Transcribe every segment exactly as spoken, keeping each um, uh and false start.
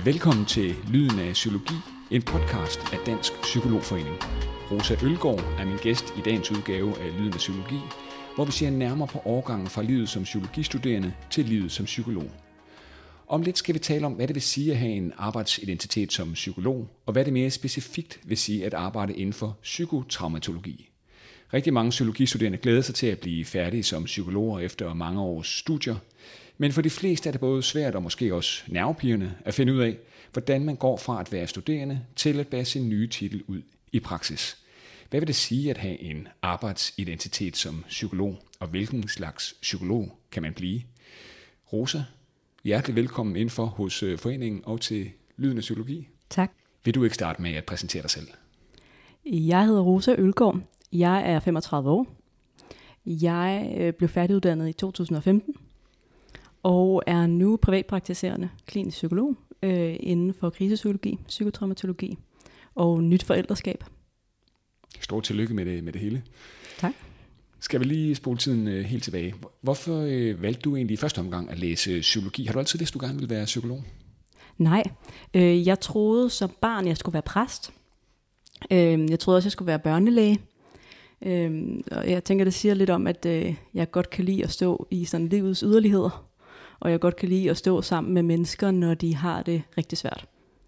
Velkommen til Lyden af Psykologi, en podcast af Dansk Psykologforening. Rosa Ølgaard er min gæst i dagens udgave af Lyden af Psykologi, hvor vi ser nærmere på overgangen fra livet som psykologistuderende til livet som psykolog. Om lidt skal vi tale om, hvad det vil sige at have en arbejdsidentitet som psykolog, og hvad det mere specifikt vil sige at arbejde inden for psykotraumatologi. Rigtig mange psykologistuderende glæder sig til at blive færdige som psykologer efter mange års studier, men for de fleste er det både svært og måske også nervepirrende at finde ud af, hvordan man går fra at være studerende til at bære sin nye titel ud i praksis. Hvad vil det sige at have en arbejdsidentitet som psykolog, og hvilken slags psykolog kan man blive? Rosa, hjertelig velkommen indenfor hos foreningen og til Lyden af Psykologi. Tak. Vil du ikke starte med at præsentere dig selv? Jeg hedder Rosa Ølgaard. Jeg er femogtredive år. Jeg blev færdiguddannet i to tusind og femten og er nu privatpraktiserende klinisk psykolog øh, inden for krisepsykologi, psykotraumatologi og nyt forældreskab. Stort tillykke med det, med det hele. Tak. Skal vi lige spole tiden øh, helt tilbage. Hvorfor øh, valgte du egentlig i første omgang at læse psykologi? Har du altid vidst, du gerne ville være psykolog? Nej, øh, jeg troede som barn, jeg skulle være præst. Øh, jeg troede også, jeg skulle være børnelæge. Øh, og jeg tænker, det siger lidt om, at øh, jeg godt kan lide at stå i sådan livets yderligheder. Og jeg godt kan lide at stå sammen med mennesker, når de har det rigtig svært.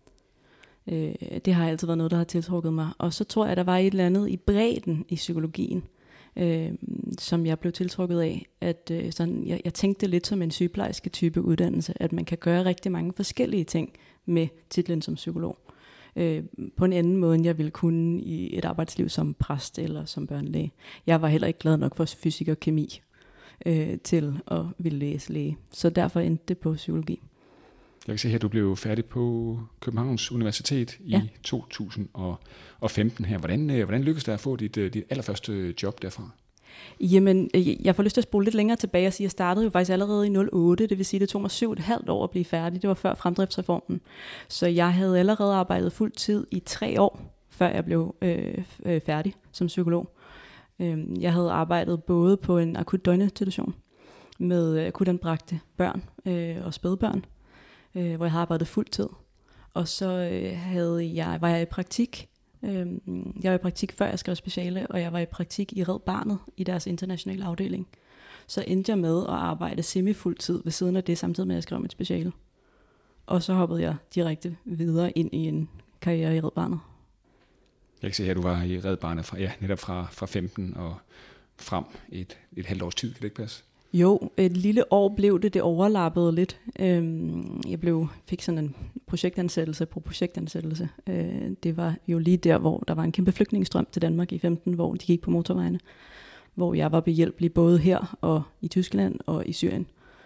Øh, det har altid været noget, der har tiltrukket mig. Og så tror jeg, at der var et eller andet i bredden i psykologien, øh, som jeg blev tiltrukket af. At, øh, sådan, jeg, jeg tænkte lidt som en sygeplejerske type uddannelse, at man kan gøre rigtig mange forskellige ting med titlen som psykolog. Øh, på en anden måde, end jeg ville kunne i et arbejdsliv som præst eller som børnelæge. Jeg var heller ikke glad nok for fysik og kemi øh, til at ville læse læge. Så derfor endte det på psykologi. Jeg kan se her, at du blev færdig på Københavns Universitet i ja. to tusind og femten her. Hvordan, hvordan lykkedes det at få dit, dit allerførste job derfra? Jamen, jeg får lyst til at spole lidt længere tilbage og sige, at jeg startede jo faktisk allerede i nul otte, det vil sige, at det tog mig syv og et halvt år at blive færdig. Det var før fremdriftsreformen. Så jeg havde allerede arbejdet fuld tid i tre år, før jeg blev øh, øh, færdig som psykolog. Øh, jeg havde arbejdet både på en akut døgninstitution med akutanbragte børn øh, og spædbørn, øh, hvor jeg havde arbejdet fuld tid. Og så øh, havde jeg, var jeg i praktik. Jeg var i praktik før jeg skrev speciale, og jeg var i praktik i Red Barnet i deres internationale afdeling. Så endte jeg med at arbejde semi-fuld tid ved siden af det, samtidig med at jeg skrev mit speciale. Og så hoppede jeg direkte videre ind i en karriere i Red Barnet. Jeg kan se her, at du var i Red Barnet fra, ja, netop fra, fra femten og frem et, et halvt års tid, kan det ikke passe? Jo, et lille år blev det, det overlappede lidt. Jeg blev, fik sådan en projektansættelse på projektansættelse. Det var jo lige der, hvor der var en kæmpe flygtningestrøm til Danmark i femten, hvor de gik på motorvejene. Hvor jeg var behjælpelig både her og i Tyskland og i Syrien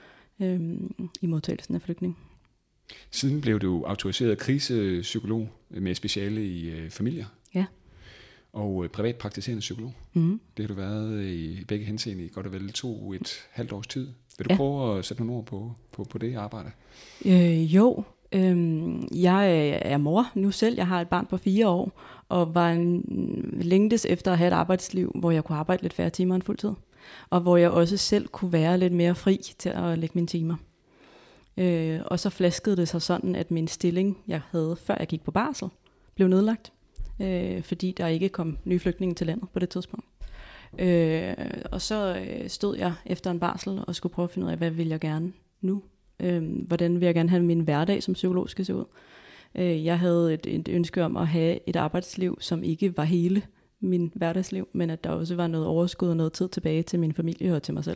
i modtagelsen af flygtninge. Siden blev du autoriseret krisepsykolog med speciale i familier. Ja. Og privatpraktiserende psykolog. Mm-hmm. Det har du været i begge henseender i godt og vel to et halvt års tid. Vil du ja. prøve at sætte nogle ord på, på, på det arbejde? Øh, jo, øhm, jeg er mor nu selv. Jeg har et barn på fire år, og var en, længtes efter at have et arbejdsliv, hvor jeg kunne arbejde lidt færre timer end fuldtid. Og hvor jeg også selv kunne være lidt mere fri til at lægge mine timer. Øh, og så flaskede det sig sådan, at min stilling, jeg havde før jeg gik på barsel, blev nedlagt. Øh, fordi der ikke kom nye flygtninge til landet på det tidspunkt. Øh, og så øh, stod jeg efter en barsel og skulle prøve at finde ud af, hvad vil jeg gerne nu? Øh, hvordan vil jeg gerne have min hverdag som psykolog skal se ud? Øh, jeg havde et, et ønske om at have et arbejdsliv, som ikke var hele min hverdagsliv, men at der også var noget overskud og noget tid tilbage til min familie og til mig selv.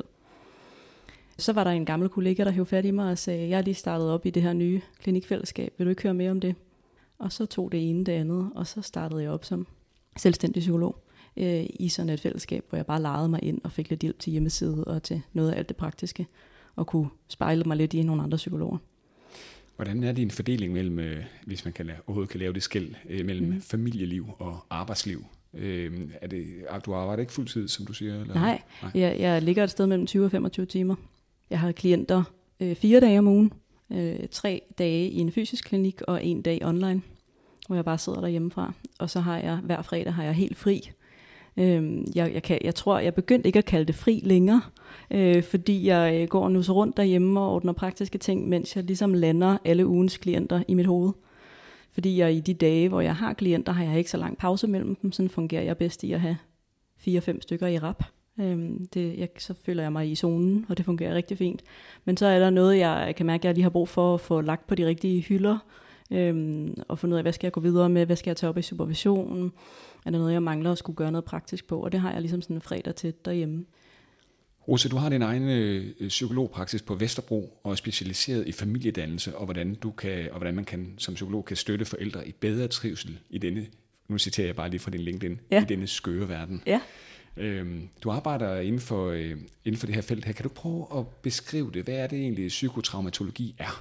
Så var der en gammel kollega, der hævde fat i mig og sagde, jeg er lige startet op i det her nye klinikfællesskab. Vil du ikke høre mere om det? Og så tog det ene det andet, og så startede jeg op som selvstændig psykolog øh, i sådan et fællesskab, hvor jeg bare legede mig ind og fik lidt hjælp til hjemmeside og til noget af alt det praktiske, og kunne spejle mig lidt i nogle andre psykologer. Hvordan er din fordeling mellem, øh, hvis man kan, overhovedet kan lave det skel, øh, mellem mm. familieliv og arbejdsliv? Øh, er det, du arbejder ikke fuldtid, som du siger? Eller? Nej, Nej. Jeg, jeg ligger et sted mellem tyve og femogtyve timer. Jeg har klienter øh, fire dage om ugen. Øh, tre dage i en fysisk klinik og en dag online, hvor jeg bare sidder derhjemmefra. Og så har jeg hver fredag har jeg helt fri, Øh, jeg, jeg, kan, jeg tror, jeg begyndte ikke at kalde det fri længere, øh, fordi jeg går nu så rundt derhjemme og ordner praktiske ting, mens jeg ligesom lander alle ugens klienter i mit hoved. Fordi jeg i de dage, hvor jeg har klienter, har jeg ikke så lang pause mellem dem. Sådan fungerer jeg bedst i at have fire-fem stykker i rap. Øhm, det, jeg, så føler jeg mig i zonen, og det fungerer rigtig fint. Men så er der noget, jeg kan mærke, at jeg lige har brug for at få lagt på de rigtige hylder. Øhm, og finde ud af, hvad skal jeg gå videre med, hvad skal jeg tage op i supervisionen. Er der noget, jeg mangler at skulle gøre noget praktisk på? Og det har jeg ligesom sådan en fredag til derhjemme. Rosa, du har din egen øh, psykologpraksis på Vesterbro og er specialiseret i familiedannelse og hvordan du kan og hvordan man kan som psykolog kan støtte forældre i bedre trivsel i denne, nu citerer jeg bare lige fra din LinkedIn, ja. i denne skøre verden. Ja. Øhm, du arbejder inden for øh, inden for det her felt her. Kan du prøve at beskrive det? Hvad er det egentlig psykotraumatologi er?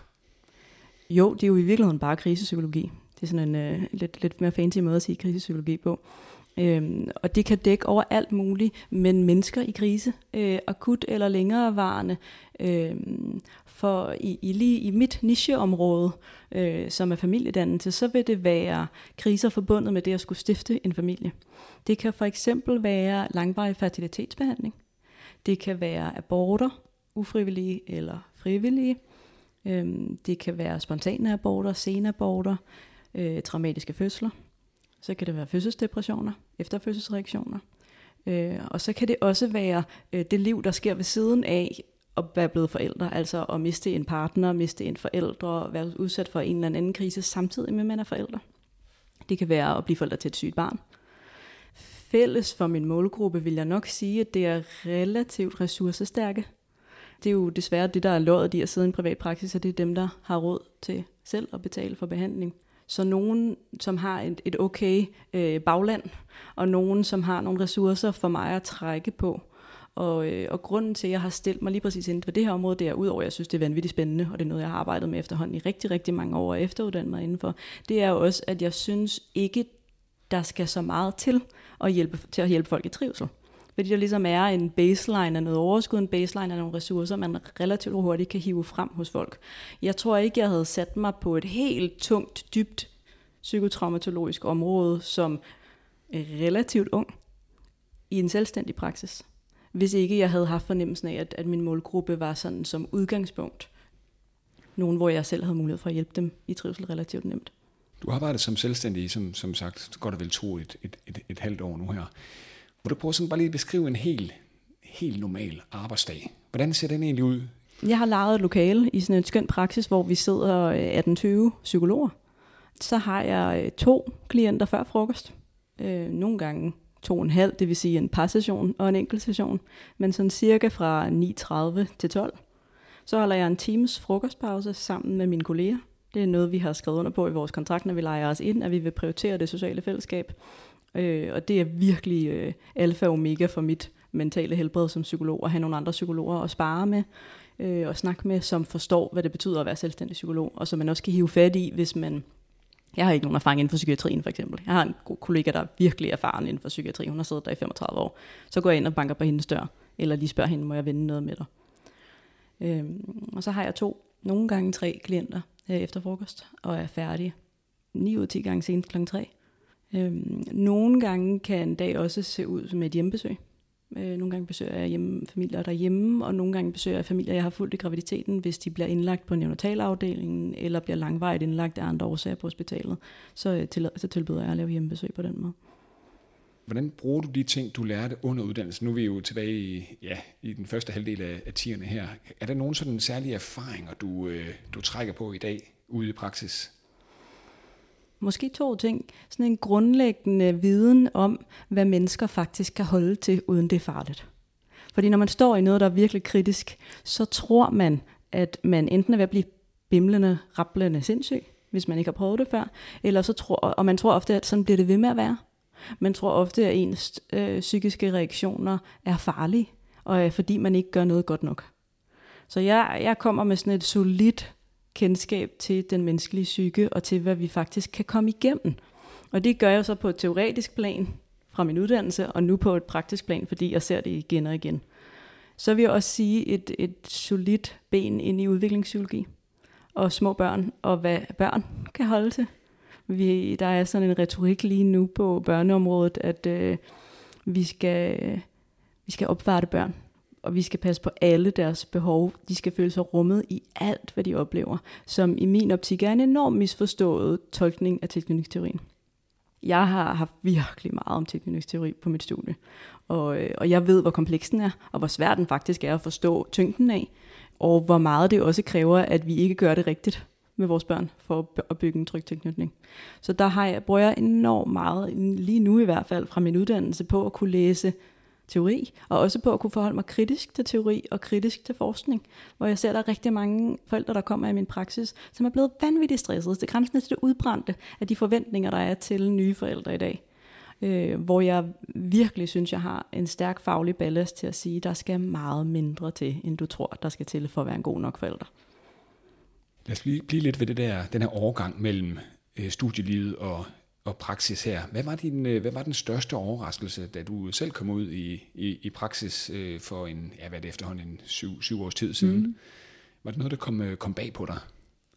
Jo, det er jo i virkeligheden bare krisepsykologi. Det er sådan en øh, lidt lidt mere fancy måde at sige krisepsykologi på. Øhm, og det kan dække over alt muligt, men mennesker i krise, øh, akut eller længerevarende. Øh, for i, i lige i mit nicheområde, øh, som er familiedannelse, så vil det være kriser forbundet med det at skulle stifte en familie. Det kan for eksempel være langvarig fertilitetsbehandling. Det kan være aborter, ufrivillige eller frivillige. Øh, det kan være spontane aborter, senaborter, øh, traumatiske fødsler. Så kan det være fødselsdepressioner, efterfødselsreaktioner. Øh, og så kan det også være øh, det liv, der sker ved siden af at være blevet forældre. Altså at miste en partner, miste en forældre, være udsat for en eller anden krise samtidig med, at man er forældre. Det kan være at blive forældre til et sygt barn. Fælles for min målgruppe vil jeg nok sige, at det er relativt ressourcestærke. Det er jo desværre det, der er loddet i at sidde i en privat praksis, og det er dem, der har råd til selv at betale for behandling. Så nogen, som har et, et okay øh, bagland, og nogen, som har nogle ressourcer for mig at trække på. Og, øh, og grunden til, at jeg har stillet mig lige præcis inden for det her område, det er udover, at jeg synes, det er vanvittigt spændende, og det er noget, jeg har arbejdet med efterhånden i rigtig, rigtig mange år og efteruddannet mig indenfor, det er jo også, at jeg synes ikke, der skal så meget til at hjælpe, til at hjælpe folk i trivsel. Fordi der ligesom er en baseline af noget overskud, en baseline af nogle ressourcer, man relativt hurtigt kan hive frem hos folk. Jeg tror ikke, jeg havde sat mig på et helt tungt, dybt psykotraumatologisk område som relativt ung i en selvstændig praksis. Hvis ikke jeg havde haft fornemmelsen af, at, at min målgruppe var sådan som udgangspunkt nogen, hvor jeg selv havde mulighed for at hjælpe dem i trivsel relativt nemt. Du har arbejdet som selvstændig, som, som sagt, godt og vel to et, et, et, et halvt år nu her. Må du prøve sådan bare lige at beskrive en helt, helt normal arbejdsdag? Hvordan ser den egentlig ud? Jeg har lejet et lokale i sådan en skøn praksis, hvor vi sidder atten tyve psykologer. Så har jeg to klienter før frokost. Øh, nogle gange to og en halv, det vil sige en par session og en enkelt session. Men sådan cirka fra ni tredive til tolv. Så holder jeg en times frokostpause sammen med mine kolleger. Det er noget, vi har skrevet under på i vores kontrakt, når vi lejer os ind, at vi vil prioritere det sociale fællesskab. Øh, og det er virkelig øh, alfa og omega for mit mentale helbred som psykolog, at have nogle andre psykologer at spare med øh, og snakke med, som forstår, hvad det betyder at være selvstændig psykolog, og som man også kan hive fat i, hvis man... Jeg har ikke nogen erfaring inden for psykiatrien, for eksempel. Jeg har en god kollega, der er virkelig erfaren inden for psykiatri. Hun har siddet der i femogtredive år. Så går jeg ind og banker på hendes dør, eller lige spørger hende, må jeg vende noget med dig? Øhm, og så har jeg to, nogle gange tre klienter øh, efter frokost, og er færdig ni ud af ti gange senest klokken tre. Øhm, nogle gange kan en dag også se ud som et hjemmebesøg. Øh, nogle gange besøger jeg hjemme, familier derhjemme, og nogle gange besøger jeg familier, jeg har fulgt i graviditeten, hvis de bliver indlagt på neonatalafdelingen, eller bliver langvarigt indlagt af andre årsager på hospitalet. Så, til, så tilbyder jeg at lave hjemmebesøg på den måde. Hvordan bruger du de ting, du lærte under uddannelsen? Nu er vi jo tilbage i, ja, i den første halvdel af, af tierne her. Er der nogen sådan særlige erfaringer, du, øh, du trækker på i dag ude i praksis? Måske to ting. Sådan en grundlæggende viden om, hvad mennesker faktisk kan holde til, uden det er farligt. Fordi når man står i noget, der er virkelig kritisk, så tror man, at man enten er ved at blive bimlende, rablende sindssyg, hvis man ikke har prøvet det før, eller så tror, og man tror ofte, at sådan bliver det ved med at være. Man tror ofte, at ens øh, psykiske reaktioner er farlige, og er, fordi man ikke gør noget godt nok. Så jeg, jeg kommer med sådan et solidt kendskab til den menneskelige psyke, og til, hvad vi faktisk kan komme igennem. Og det gør jeg så på et teoretisk plan fra min uddannelse, og nu på et praktisk plan, fordi jeg ser det igen og igen. Så vil jeg også sige et, et solidt ben ind i udviklingspsykologi, og små børn, og hvad børn kan holde til. Vi, der er sådan en retorik lige nu på børneområdet, at øh, Vi skal, vi skal opfatte børn, og vi skal passe på alle deres behov. De skal føle sig rummet i alt, hvad de oplever, som i min optik er en enorm misforstået tolkning af tilknytningsteorien. Jeg har haft virkelig meget om tilknytningsteori på mit studie, og, og jeg ved, hvor kompleks den er, og hvor svært den faktisk er at forstå tyngden af, og hvor meget det også kræver, at vi ikke gør det rigtigt med vores børn for at bygge en tryg tilknytning. Så der har jeg, bruger jeg enormt meget, lige nu i hvert fald fra min uddannelse, på at kunne læse teori, og også på at kunne forholde mig kritisk til teori og kritisk til forskning, hvor jeg ser, der er rigtig mange forældre, der kommer i min praksis, som er blevet vanvittigt stresset. Det grænsen til det udbrændte af de forventninger, der er til nye forældre i dag. Øh, hvor jeg virkelig synes, jeg har en stærk faglig ballast til at sige, der skal meget mindre til, end du tror, der skal til for at være en god nok forælder. Lad os blive, blive lidt ved det der, den her overgang mellem øh, studielivet og, og praksis her. Hvad var, din, øh, hvad var den største overraskelse, da du selv kom ud i, i, i praksis øh, for en, ja, hvad er det efterhånden, en syv, syv års tid siden? Mm. Var det noget, der kom, øh, kom bag på dig?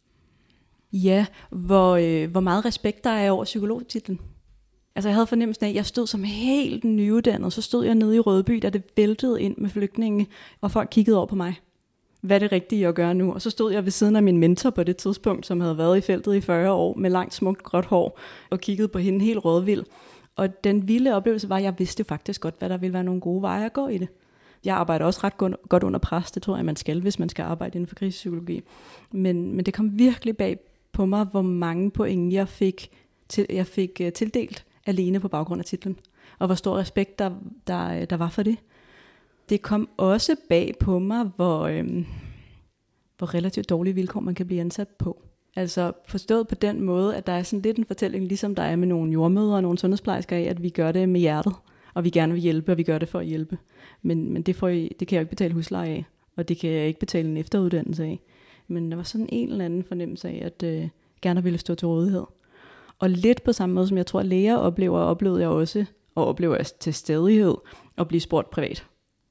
Ja, hvor, øh, hvor meget respekt der er over psykologtitlen. Altså jeg havde fornemmelsen af, at jeg stod som helt nyuddannet, så stod jeg nede i Rødby, da det væltede ind med flygtninge, og folk kiggede over på mig. Hvad er det rigtige at gøre nu? Og så stod jeg ved siden af min mentor på det tidspunkt, som havde været i feltet i fyrre år, med langt smukt gråt hår, og kiggede på hende helt rødvild. Og den vilde oplevelse var, at jeg vidste faktisk godt, hvad der ville være nogle gode veje at gå i det. Jeg arbejder også ret godt under pres, det tror jeg, man skal, hvis man skal arbejde inden for krisepsykologi. Men, men det kom virkelig bag på mig, hvor mange point jeg fik, til, jeg fik tildelt alene på baggrund af titlen, og hvor stor respekt der, der, der var for det. Det kom også bag på mig, hvor, øhm, hvor relativt dårlige vilkår man kan blive ansat på. Altså forstået på den måde, at der er sådan lidt en fortælling, ligesom der er med nogle jordmødre og nogle sundhedsplejersker af, at vi gør det med hjertet, og vi gerne vil hjælpe, og vi gør det for at hjælpe. Men, men det, får I, det kan jeg ikke betale husleje af, og det kan jeg ikke betale en efteruddannelse af. Men der var sådan en eller anden fornemmelse af, at øh, gerne ville stå til rådighed. Og lidt på samme måde, som jeg tror, læger oplever, oplevede jeg også, og oplever jeg til stadighed, at blive spurgt privat.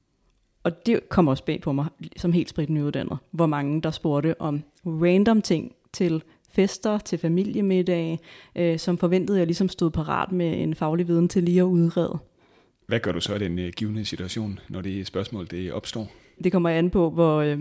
Og det kom også bag på mig, som helt sprit nyuddannet, hvor mange der spurgte om random ting til fester, til familiemiddage, øh, som forventede jeg ligesom stod parat med en faglig viden til lige at udrede. Hvad gør du så i den uh, givende situation, når det spørgsmål det opstår? Det kommer an på, hvor, øh,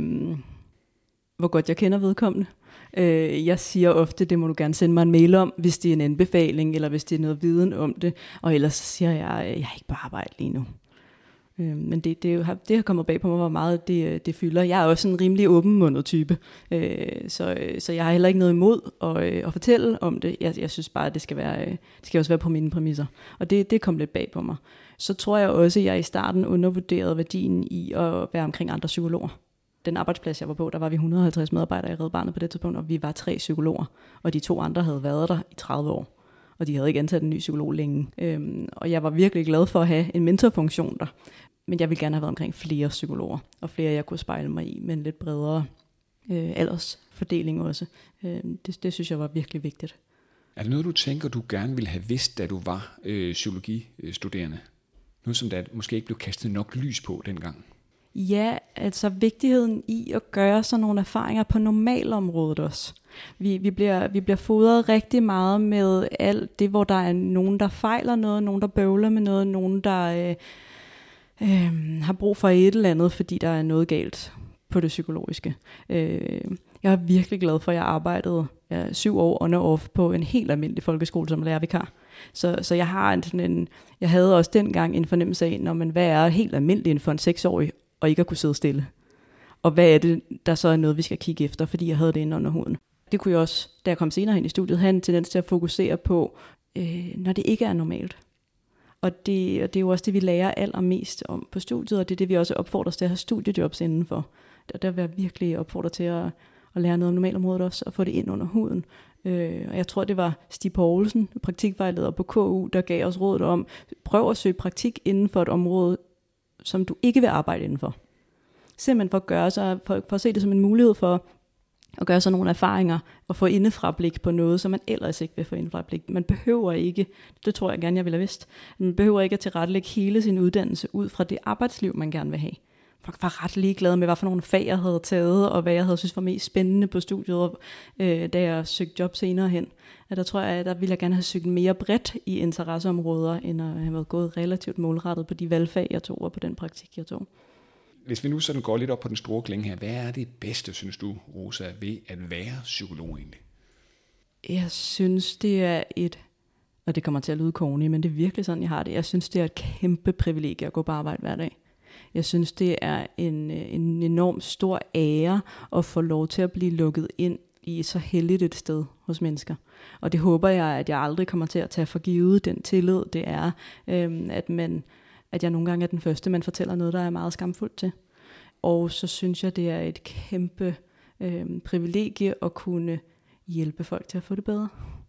hvor godt jeg kender vedkommende. Øh, jeg siger ofte, det må du gerne sende mig en mail om, hvis det er en anbefaling, eller hvis det er noget viden om det. Og ellers siger jeg, jeg har ikke på arbejde lige nu. Øh, men det, det, har, det har kommet bag på mig, hvor meget det, det fylder. Jeg er også en rimelig åbenmundet type, øh, så, så jeg har heller ikke noget imod at, at fortælle om det. Jeg, jeg synes bare, at det skal, være, det skal også være på mine præmisser. Og det, det kom lidt bag på mig. Så tror jeg også, at jeg i starten undervurderede værdien i at være omkring andre psykologer. Den arbejdsplads, jeg var på, der var vi et hundrede og halvtreds medarbejdere i Red Barnet på det tidspunkt, og vi var tre psykologer, og de to andre havde været der i tredive år, og de havde ikke ansat en ny psykolog længe. Øhm, og jeg var virkelig glad for at have en mentorfunktion der, men jeg ville gerne have været omkring flere psykologer, og flere jeg kunne spejle mig i, med en lidt bredere øh, aldersfordeling også. Øh, det, det synes jeg var virkelig vigtigt. Er det noget, du tænker, du gerne ville have vidst, da du var øh, psykologistuderende? Noget, som der måske ikke blev kastet nok lys på dengang? Ja, altså vigtigheden i at gøre sådan nogle erfaringer på normalområdet også. Vi, vi, bliver, vi bliver fodret rigtig meget med alt det, hvor der er nogen, der fejler noget, nogen, der bøvler med noget, nogen, der øh, øh, har brug for et eller andet, fordi der er noget galt på det psykologiske. Øh, jeg er virkelig glad for, at jeg arbejdede ja, syv år on og off på en helt almindelig folkeskole som lærervikar. Så, så jeg har en, en, jeg havde også dengang en fornemmelse af, når man, hvad er helt almindeligt for en seksårig, og ikke at kunne sidde stille. Og hvad er det, der så er noget, vi skal kigge efter, fordi jeg havde det inde under huden. Det kunne jeg også, da jeg kom senere hen i studiet, have en tendens til at fokusere på, øh, når det ikke er normalt. Og det, og det er jo også det, vi lærer allermest om på studiet, og det er det, vi også opfordrer til at have studiejobs indenfor. Der, der vil jeg virkelig opfordre til at, at lære noget om normalområdet også, og få det ind under huden. Øh, og jeg tror, det var Stig Poulsen, praktikvejleder på K U, der gav os rådet om, prøv at søge praktik inden for et område, som du ikke vil arbejde indenfor. Simpelthen for at, gøre sig, for, for at se det som en mulighed for at gøre sig nogle erfaringer og få indefrablik på noget, som man ellers ikke vil få indefrablik. Man behøver ikke, det tror jeg gerne, jeg ville have vidst, man behøver ikke at tilrettelægge hele sin uddannelse ud fra det arbejdsliv, man gerne vil have. var ret ligeglad med, hvad for nogle fag jeg havde taget, og hvad jeg havde synes var mest spændende på studiet, øh, da jeg søgte job senere hen. At der tror jeg, at der ville jeg gerne have søgt mere bredt i interesseområder, end at have været gået relativt målrettet på de valgfag, jeg tog, og på den praktik, jeg tog. Hvis vi nu sådan går lidt op på den store klinge her, hvad er det bedste, synes du, Rosa, ved at være psykolog egentlig? Jeg synes, det er et, og det kommer til at lyde corny, men det er virkelig sådan, jeg har det. Jeg synes, det er et kæmpe privilegie at gå på arbejde hver dag. Jeg synes, det er en, en enorm stor ære at få lov til at blive lukket ind i så heldigt et sted hos mennesker. Og det håber jeg, at jeg aldrig kommer til at tage for givet, den tillid, det er, øhm, at, man, at jeg nogle gange er den første, man fortæller noget, der er meget skamfuldt til. Og så synes jeg, det er et kæmpe øhm, privilegie at kunne hjælpe folk til at få det bedre.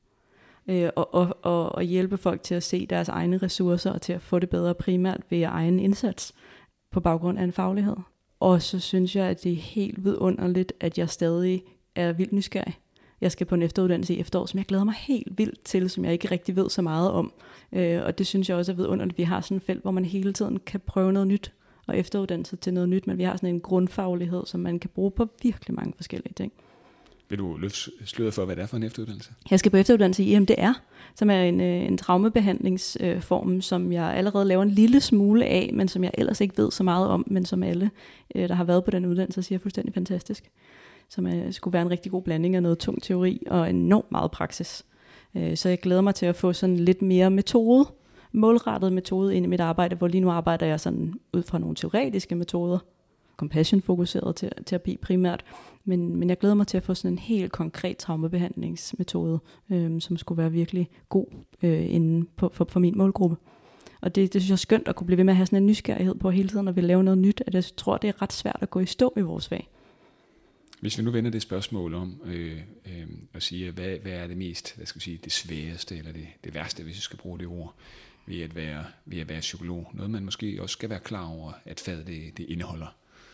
Øh, og, og, og, og hjælpe folk til at se deres egne ressourcer og til at få det bedre primært ved egen indsats på baggrund af en faglighed. Og så synes jeg, at det er helt vidunderligt, at jeg stadig er vildt nysgerrig. Jeg skal på en efteruddannelse i efterår, som jeg glæder mig helt vildt til, som jeg ikke rigtig ved så meget om. Øh, og det synes jeg også er vidunderligt, at vi har sådan et felt, hvor man hele tiden kan prøve noget nyt og efteruddanne sig til noget nyt, men vi har sådan en grundfaglighed, som man kan bruge på virkelig mange forskellige ting. Vil du løfte sløret for, hvad det er for en efteruddannelse? Jeg skal på efteruddannelse i E M D R, som er en, en traumebehandlingsform, som jeg allerede laver en lille smule af, men som jeg ellers ikke ved så meget om, men som alle, der har været på den uddannelse, siger fuldstændig fantastisk. Som er, skulle være en rigtig god blanding af noget tung teori og enormt meget praksis. Så jeg glæder mig til at få sådan lidt mere metode, målrettet metode ind i mit arbejde, hvor lige nu arbejder jeg sådan ud fra nogle teoretiske metoder, compassion-fokuseret terapi primært, men, men jeg glæder mig til at få sådan en helt konkret traumebehandlingsmetode, øh, som skulle være virkelig god øh, inden på, for, for min målgruppe. Og det, det synes jeg er skønt at kunne blive ved med at have sådan en nysgerrighed på hele tiden, når vi laver noget nyt, at jeg tror, det er ret svært at gå i stå i vores fag. Hvis vi nu vender det spørgsmål om øh, øh, at sige, hvad, hvad er det mest, hvad skal vi sige, det sværeste eller det, det værste, hvis vi skal bruge det ord, ved at være, ved at være psykolog. Noget man måske også skal være klar over, at faget det, det indeholder.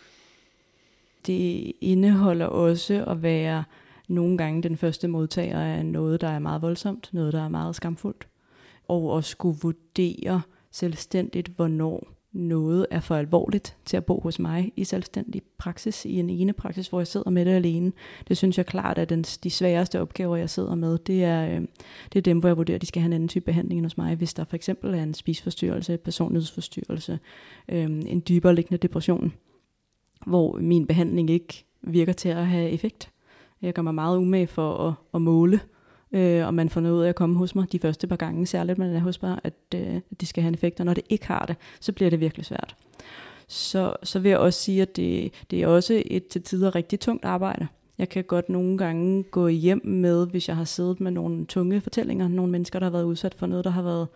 Det indeholder også at være nogle gange den første modtager af noget, der er meget voldsomt, noget, der er meget skamfuldt. Og at skulle vurdere selvstændigt, hvornår noget er for alvorligt til at bo hos mig i selvstændig praksis, i en ene praksis, hvor jeg sidder med det alene. Det synes jeg klart er den, de sværeste opgaver, jeg sidder med. Det er, øh, det er dem, hvor jeg vurderer, at de skal have en anden type behandling end hos mig. Hvis der for eksempel er en spiseforstyrrelse, personlighedsforstyrrelse, øh, en dybere liggende depression, hvor min behandling ikke virker til at have effekt. Jeg gør mig meget umage for at, at måle, øh, og man får noget ud af at komme hos mig de første par gange, særligt man er hos mig, at, øh, at de skal have en effekt, og når det ikke har det, så bliver det virkelig svært. Så, så vil jeg også sige, at det, det er også et til tider rigtig tungt arbejde. Jeg kan godt nogle gange gå hjem med, hvis jeg har siddet med nogle tunge fortællinger, nogle mennesker, der har været udsat for noget, der har været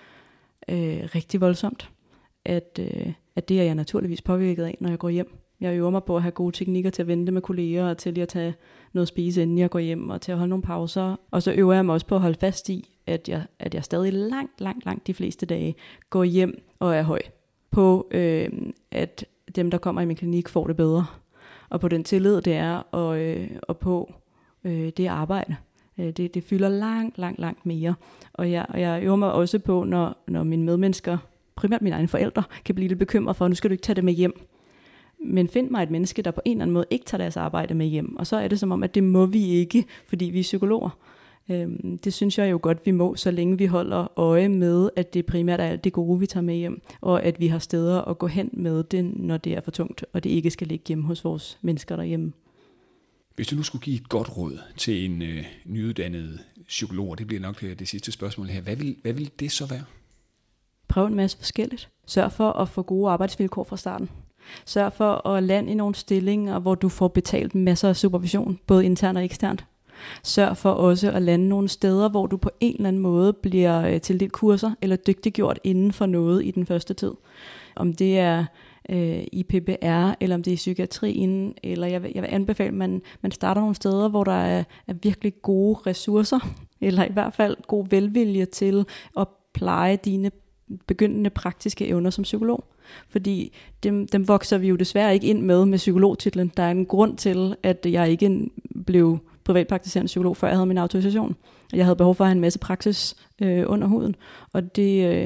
øh, rigtig voldsomt, at, øh, at det er jeg naturligvis påvirket af, når jeg går hjem. Jeg øver mig på at have gode teknikker til at vente med kolleger, og til lige at tage noget spise, inden jeg går hjem, og til at holde nogle pauser. Og så øver jeg mig også på at holde fast i, at jeg, at jeg stadig langt, langt, langt de fleste dage går hjem og er høj. På øh, at dem, der kommer i min klinik, får det bedre. Og på den tillid, det er, og, øh, og på øh, det arbejde. Det, det fylder langt, langt, langt mere. Og jeg, og jeg øver mig også på, når, når mine medmennesker, primært mine egne forældre, kan blive lidt bekymret for, nu skal du ikke tage det med hjem. Men find mig et menneske, der på en eller anden måde ikke tager deres arbejde med hjem. Og så er det som om, at det må vi ikke, fordi vi er psykologer. Øhm, det synes jeg jo godt, vi må, så længe vi holder øje med, at det primært er alt det gode, vi tager med hjem. Og at vi har steder at gå hen med det, når det er for tungt, og det ikke skal ligge hjemme hos vores mennesker derhjemme. Hvis du nu skulle give et godt råd til en øh, nyuddannet psykolog, og det bliver nok det sidste spørgsmål her, hvad vil, hvad vil det så være? Prøv en masse forskelligt. Sørg for at få gode arbejdsvilkår fra starten. Sørg for at lande i nogle stillinger, hvor du får betalt masser af supervision, både internt og eksternt. Sørg for også at lande nogle steder, hvor du på en eller anden måde bliver tildelt kurser eller dygtiggjort inden for noget i den første tid. Om det er øh, i P B R, eller om det er i psykiatrien, eller jeg vil, jeg vil anbefale, at man, man starter nogle steder, hvor der er, er virkelig gode ressourcer, eller i hvert fald god velvilje til at pleje dine begyndende praktiske evner som psykolog. Fordi dem, dem vokser vi jo desværre ikke ind med med psykologtitlen. Der er en grund til, at jeg ikke blev privatpraktiserende psykolog, før jeg havde min autorisation. Jeg havde behov for at have en masse praksis øh, under huden. Og det, øh,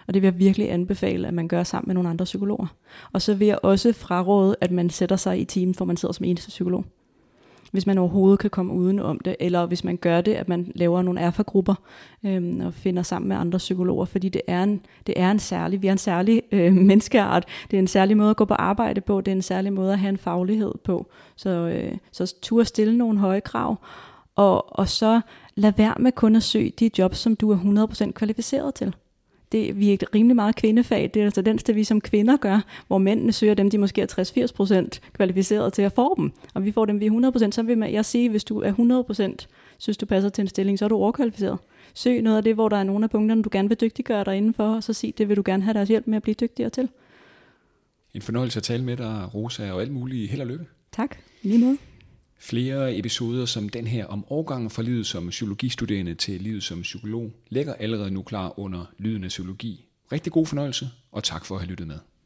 Og det vil jeg virkelig anbefale, at man gør sammen med nogle andre psykologer. Og så vil jeg også fraråde, at man sætter sig i teamet, hvor man sidder som eneste psykolog. Hvis man overhovedet kan komme uden om det, eller hvis man gør det, at man laver nogle erfagrupper øhm, og finder sammen med andre psykologer, fordi det er en, det er en særlig, vi er en særlig øh, menneskeart. Det er en særlig måde at gå på arbejde på, det er en særlig måde at have en faglighed på. Så, øh, så turde stille nogle høje krav, og, og så lad være med kun at søge de jobs, som du er hundrede procent kvalificeret til. Det, vi er et rimelig meget kvindefag, det er altså den det vi som kvinder gør, hvor mændene søger dem, de måske er tres til firs procent kvalificeret til at få dem, og vi får dem, vi er hundrede procent, så vil jeg sige, hvis du er hundrede procent synes du passer til en stilling, så er du overkvalificeret. Søg noget af det, hvor der er nogle af punkterne, du gerne vil dygtiggøre dig indenfor, og så sig, det vil du gerne have deres hjælp med at blive dygtigere til. En fornøjelse at tale med dig, Rosa, og alt muligt held og lykke. Tak, lige måde. Flere episoder som den her om overgangen fra livet som psykologistuderende til livet som psykolog ligger allerede nu klar under Lyden af Psykologi. Rigtig god fornøjelse, og tak for at have lyttet med.